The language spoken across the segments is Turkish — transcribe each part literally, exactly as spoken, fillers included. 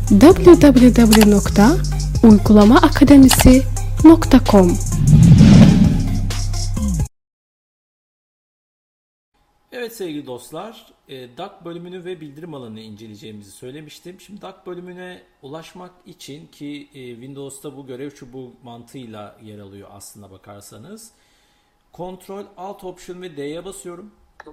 w w w nokta uygulama akademisi nokta com. Evet sevgili dostlar, D A C bölümünü ve bildirim alanını inceleyeceğimizi söylemiştim. Şimdi D A C bölümüne ulaşmak için ki Windows'ta bu görev çubuğu mantığıyla yer alıyor aslında bakarsanız. Ctrl, Alt Option ve D'ye basıyorum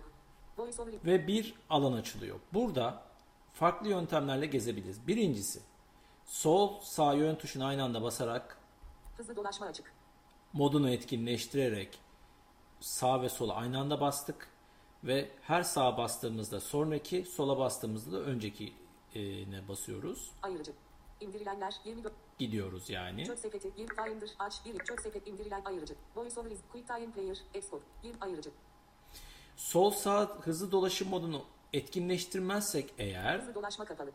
ve bir alan açılıyor. Burada farklı yöntemlerle gezebiliriz. Birincisi, sol sağ yön tuşuna aynı anda basarak hızlı dolaşma açık modunu etkinleştirerek sağ ve sola aynı anda bastık. Ve her sağa bastığımızda sonraki, sola bastığımızda da öncekine basıyoruz. Ayırıcı. İndirilenler yirmi dört. Gidiyoruz yani. Çök sepeti, bir Finder, aç, bir çök sepet, indirilen ayırıcı. VoiceOver is QuickTime Player, Export, bir ayırıcı. Sol sağ hızlı dolaşım modunu etkinleştirmezsek eğer hızlı dolaşma kapalı.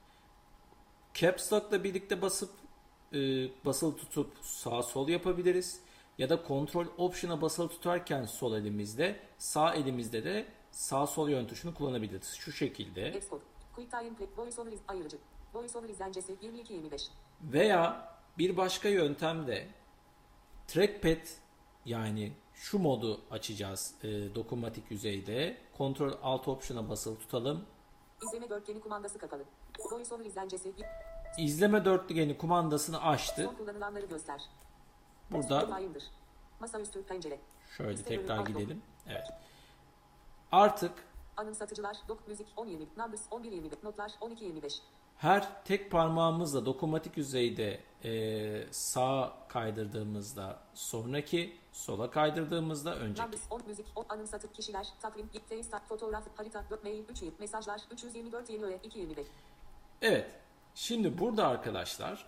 Caps Lock'la birlikte basıp e, basılı tutup sağ sol yapabiliriz. Ya da Ctrl Option'a basılı tutarken sol elimizde, sağ elimizde de sağ sol yön tuşunu kullanabiliriz. Şu şekilde. Export, QuickTime Play, VoiceOver is ayırıcı. VoiceOver izlencesi yirmi iki yirmi beş. Veya bir başka yöntem de Trackpad, yani şu modu açacağız e, dokunmatik yüzeyde. Ctrl Alt Option'a basılı tutalım. İzleme dörtgeni kumandası kapalı. VoiceOver izlencesi. İzleme dörtgeni kumandasını açtı. Son kullanılanları göster. Burada Finder. Masaüstü pencere. şöyle Liste tekrar bölüm, gidelim. Evet. Artık anımsatıcılar, dok müzik on yirmi, numbers on bir yirmi beş, notlar on iki yirmi beş. her tek parmağımızla dokunmatik yüzeyde e, sağa kaydırdığımızda sonraki, sola kaydırdığımızda önceki. Numbers on, müzik on, anımsatı, kişiler, takvim, face, fotoğraf, harita, mail, üç, mesajlar, üç yüz yirmi dört, yeni öğe, iki yirmi beş. Evet. Şimdi burada arkadaşlar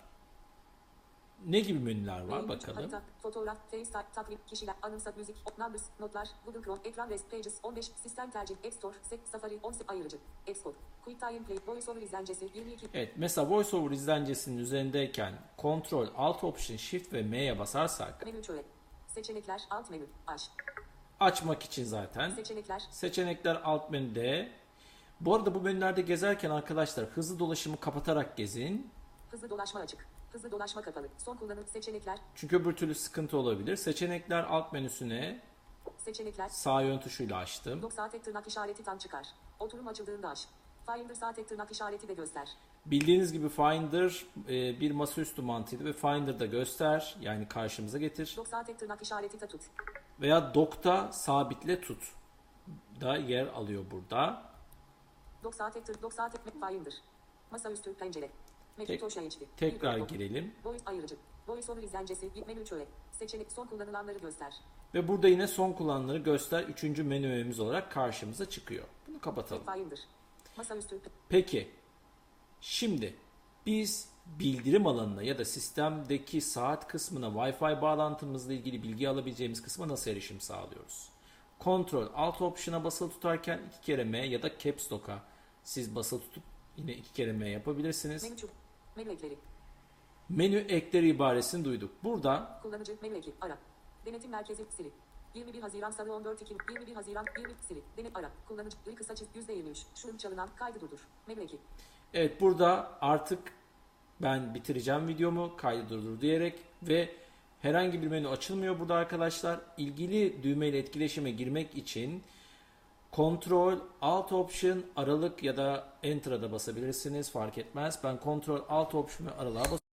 ne gibi menüler var mail, bakalım. Harita, fotoğraf, face, takvim, kişiler, anımsat, müzik, numbers, notlar, Google Chrome, ekran, rest, pages, on beş, sistem tercih, App Store, Safari, on ayırıcı, Export, QuickTime Play, VoiceOver izlencesi yirmi iki. Evet, mesela VoiceOver izlencesinin üzerindeyken Ctrl, Alt Option, Shift ve M'ye basarsak menü şöyle. Seçenekler, alt menü, aç. Açmak için zaten. Seçenekler. Seçenekler alt menüde. Bu arada bu menülerde gezerken arkadaşlar hızlı dolaşımı kapatarak gezin. Hızlı dolaşma açık. Hızlı dolaşma kapalı. Son kullanım seçenekler. Çünkü öbür türlü sıkıntı olabilir. Seçenekler alt menüsüne seçenekler. Sağ yön tuşuyla açtım. Dok sağ tek tırnak işareti tam çıkar. Oturum açıldığında aç. Finder sağ tek tırnak işareti de göster. Bildiğiniz gibi Finder e, bir masaüstü mantığıydı ve Finder'da göster, yani karşımıza getir. Dok sağ tek tırnak işareti de tut. Veya Dok'ta sabitle tut da yer alıyor burada. Dok sağ tek tırnak, dok sağ tek Finder. Masaüstü pencere. Tek, H D. tekrar girelim. Voice ayırıcı. VoiceOver izlencesi menü şöyle. Seçenek son kullanılanları göster. Ve burada yine son kullanılanları göster. Üçüncü menümüz olarak karşımıza çıkıyor. Bunu kapatalım. Finder. Masaüstü. Peki. Şimdi biz bildirim alanına ya da sistemdeki saat kısmına Wi-Fi bağlantımızla ilgili bilgi alabileceğimiz kısma nasıl erişim sağlıyoruz? Ctrl Alt Option'a basılı tutarken iki kere M ya da Caps Lock'a siz basılı tutup yine iki kere M yapabilirsiniz. Menü, menü ekleri. Menü ekleri ibaresini duyduk. Burada kullanıcı menü eki ara. Denetim merkezi Siri. yirmi bir Haziran Salı on dört Ekim yirmi bir Haziran yirmi Siri. Denet ara. Kullanıcı gri kısa çift yüzde yirmi üç. Şunun çalınan kaydı durdur. Menü eki. Evet, burada artık ben bitireceğim videomu, kaydı durdur diyerek ve herhangi bir menü açılmıyor burada arkadaşlar. İlgili düğmeyle etkileşime girmek için Ctrl Alt Option aralık ya da Enter'a da basabilirsiniz, fark etmez. Ben Ctrl Alt Option ve aralığa basıyorum.